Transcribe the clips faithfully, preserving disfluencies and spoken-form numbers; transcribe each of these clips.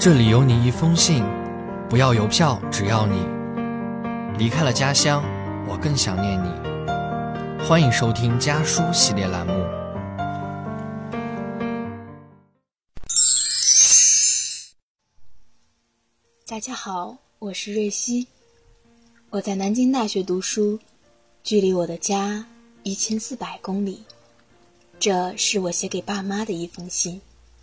这里有你一封信，不要邮票，只要你离开了家乡，我更想念你。欢迎收听家书系列栏目。 大家好，我是瑞希，我在南京大学读书，距离我的家一千四百公里。这是我写给爸妈的一封信。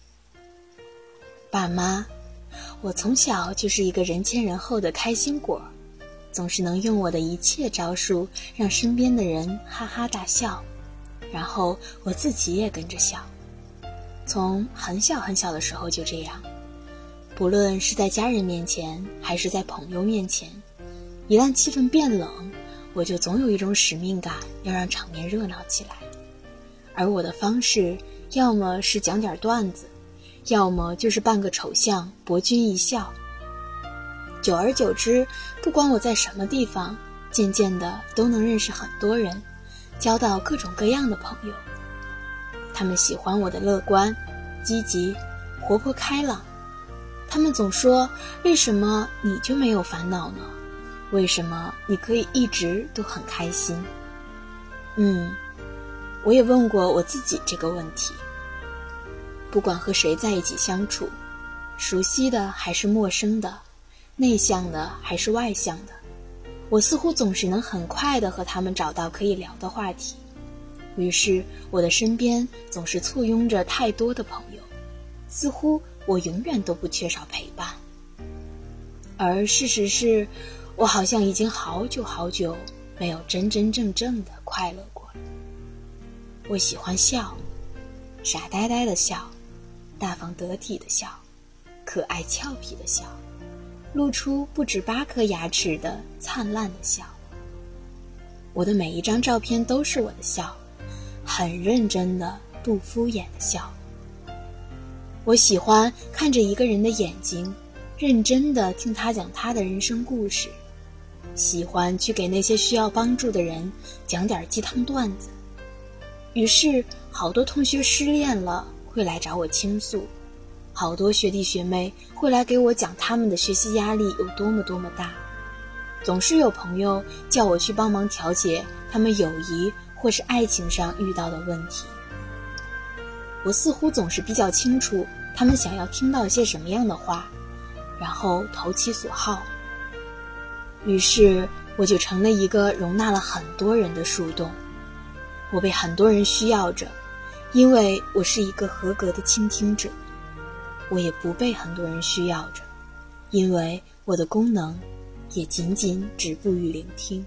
爸妈，我从小就是一个人前人后的开心果，总是能用我的一切招数让身边的人哈哈大笑，然后我自己也跟着笑。从很小很小的时候就这样，不论是在家人面前还是在朋友面前，一旦气氛变冷，我就总有一种使命感，要让场面热闹起来。而我的方式要么是讲点段子，要么就是扮个丑相博君一笑。久而久之，不管我在什么地方，渐渐的都能认识很多人，交到各种各样的朋友。他们喜欢我的乐观、积极、活泼开朗。他们总说，为什么你就没有烦恼呢？为什么你可以一直都很开心？嗯，我也问过我自己这个问题。不管和谁在一起相处，熟悉的还是陌生的，内向的还是外向的，我似乎总是能很快地和他们找到可以聊的话题。于是我的身边总是簇拥着太多的朋友，似乎我永远都不缺少陪伴。而事实是，我好像已经好久好久没有真真正正的快乐过了。我喜欢笑，傻呆呆的笑，大方得体的笑，可爱俏皮的笑，露出不止八颗牙齿的灿烂的笑。我的每一张照片都是我的笑，很认真的不敷衍的笑。我喜欢看着一个人的眼睛，认真地听他讲他的人生故事，喜欢去给那些需要帮助的人讲点鸡汤段子。于是好多同学失恋了会来找我倾诉，好多学弟学妹会来给我讲他们的学习压力有多么多么大。总是有朋友叫我去帮忙调解他们友谊或是爱情上遇到的问题。我似乎总是比较清楚他们想要听到些什么样的话，然后投其所好。于是我就成了一个容纳了很多人的树洞。我被很多人需要着，因为我是一个合格的倾听者。我也不被很多人需要着，因为我的功能也仅仅止步于聆听。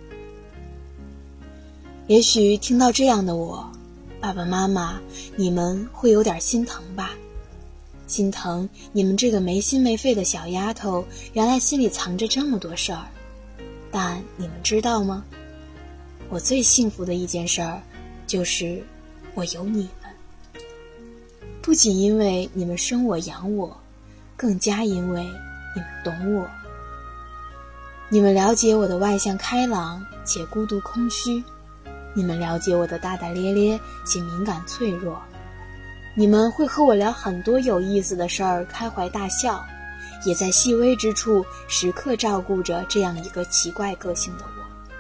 也许听到这样的我，爸爸妈妈，你们会有点心疼吧？心疼你们这个没心没肺的小丫头，原来心里藏着这么多事儿。但你们知道吗？我最幸福的一件事儿，就是我有你们。不仅因为你们生我养我，更加因为你们懂我。你们了解我的外向开朗且孤独空虚，你们了解我的大大咧咧且敏感脆弱，你们会和我聊很多有意思的事儿，开怀大笑，也在细微之处时刻照顾着这样一个奇怪个性的我。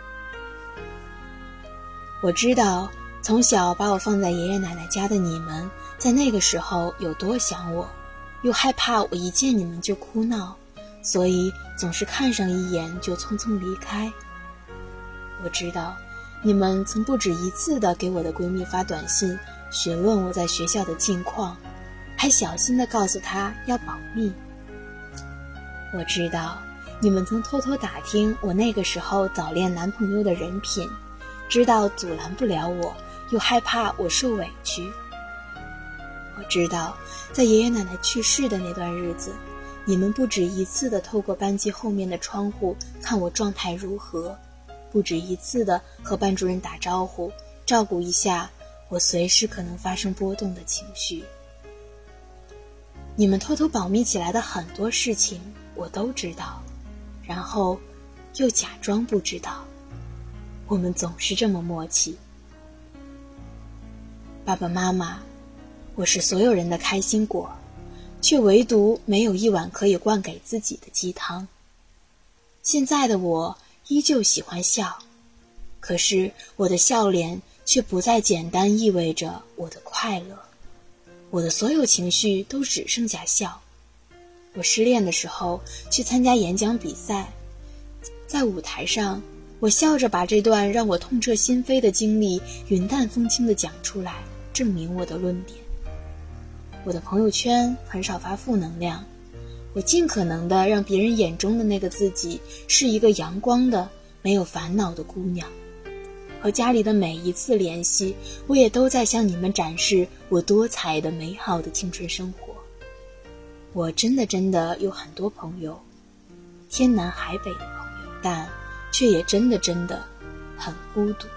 我知道从小把我放在爷爷奶奶家的你们，在那个时候有多想我，又害怕我一见你们就哭闹，所以总是看上一眼就匆匆离开。我知道你们曾不止一次地给我的闺蜜发短信，询问我在学校的近况，还小心地告诉她要保密。我知道你们曾偷偷打听我那个时候早恋男朋友的人品，知道阻拦不了我，又害怕我受委屈。我知道在爷爷奶奶去世的那段日子，你们不止一次地透过班级后面的窗户看我状态如何，不止一次地和班主任打招呼，照顾一下我随时可能发生波动的情绪。你们偷偷保密起来的很多事情我都知道，然后又假装不知道。我们总是这么默契。爸爸妈妈，我是所有人的开心果， 却唯独没有一碗可以灌给自己的鸡汤。现在的我依旧喜欢笑，可是我的笑脸却不再简单意味着我的快乐，我的所有情绪都只剩下笑。我失恋的时候去参加演讲比赛，在舞台上，我笑着把这段让我痛彻心扉的经历云淡风轻地讲出来，证明我的论点。我的朋友圈很少发负能量，我尽可能的让别人眼中的那个自己是一个阳光的、没有烦恼的姑娘。和家里的每一次联系，我也都在向你们展示我多彩的、美好的青春生活。我真的真的有很多朋友，天南海北的朋友，但却也真的真的很孤独。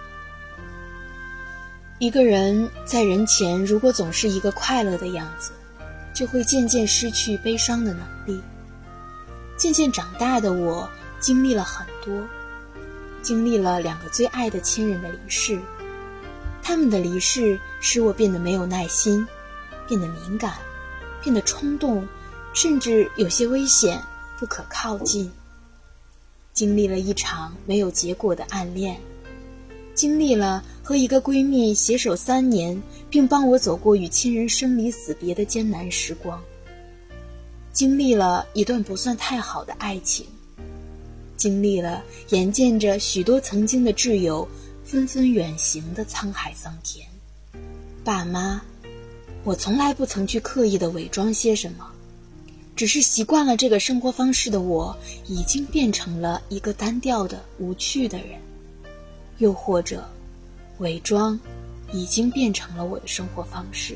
一个人在人前如果总是一个快乐的样子，就会渐渐失去悲伤的能力。渐渐长大的我经历了很多，经历了两个最爱的亲人的离世，他们的离世使我变得没有耐心，变得敏感，变得冲动，甚至有些危险，不可靠近。经历了一场没有结果的暗恋，经历了和一个闺蜜携手三年，并帮我走过与亲人生离死别的艰难时光，经历了一段不算太好的爱情，经历了眼见着许多曾经的挚友纷纷远行的沧海桑田。爸妈，我从来不曾去刻意的伪装些什么，只是习惯了这个生活方式的我，已经变成了一个单调的、无趣的人。又或者，伪装已经变成了我的生活方式。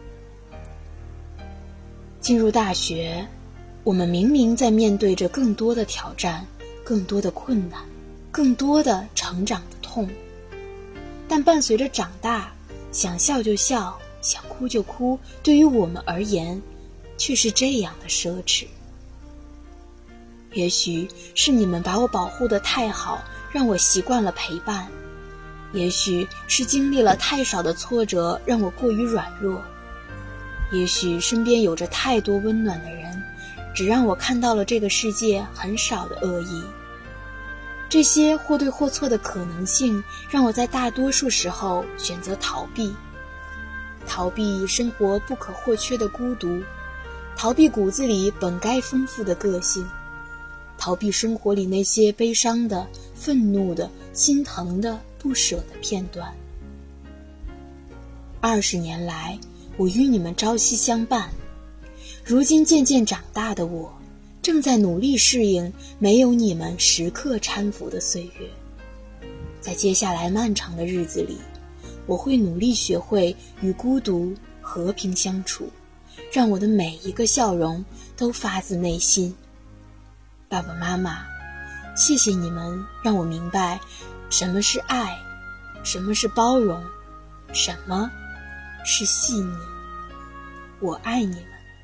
进入大学，我们明明在面对着更多的挑战，更多的困难，更多的成长的痛，但伴随着长大，想笑就笑，想哭就哭，对于我们而言却是这样的奢侈。也许是你们把我保护得太好，让我习惯了陪伴，也许是经历了太少的挫折，让我过于软弱，也许身边有着太多温暖的人，只让我看到了这个世界很少的恶意。这些或对或错的可能性，让我在大多数时候选择逃避，逃避生活不可或缺的孤独，逃避骨子里本该丰富的个性，逃避生活里那些悲伤的、愤怒的、心疼的、不舍的片段。二十年来，我与你们朝夕相伴，如今渐渐长大的我，正在努力适应没有你们时刻搀扶的岁月。在接下来漫长的日子里，我会努力学会与孤独和平相处，让我的每一个笑容都发自内心。爸爸妈妈，谢谢你们让我明白什么是爱，什么是包容，什么是细腻。我爱你们。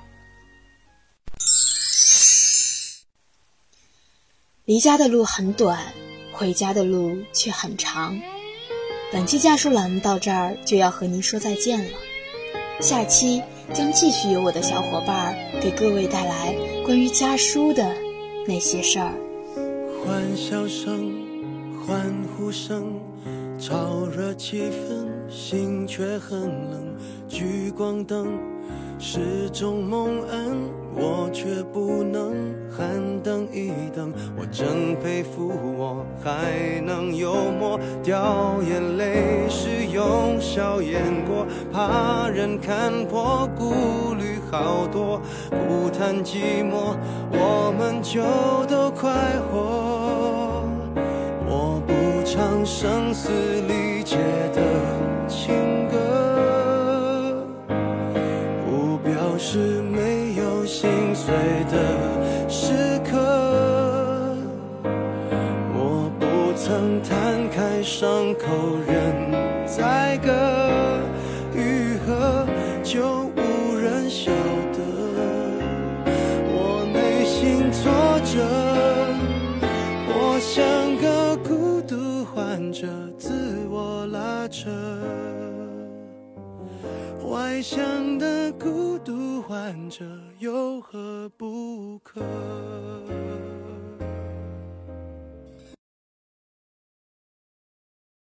离家的路很短，回家的路却很长。本期家书栏目到这儿就要和您说再见了，下期将继续由我的小伙伴给各位带来关于家书的那些事儿。 欢笑声，欢呼声，炒热气氛，心却很冷。聚光灯是种蒙恩，我却不能喊等一等。我真佩服我还能幽默，掉眼泪是用笑掩过，怕人看破，顾虑好多。不谈寂寞，我们就都快活。我不唱声嘶力竭的情歌，不表示没有心碎的时刻。我不曾摊开伤口任宰割，愈合就无人晓得。我内心挫折，我像个孤独患者，自我拉扯。外向的孤独患者有何不可？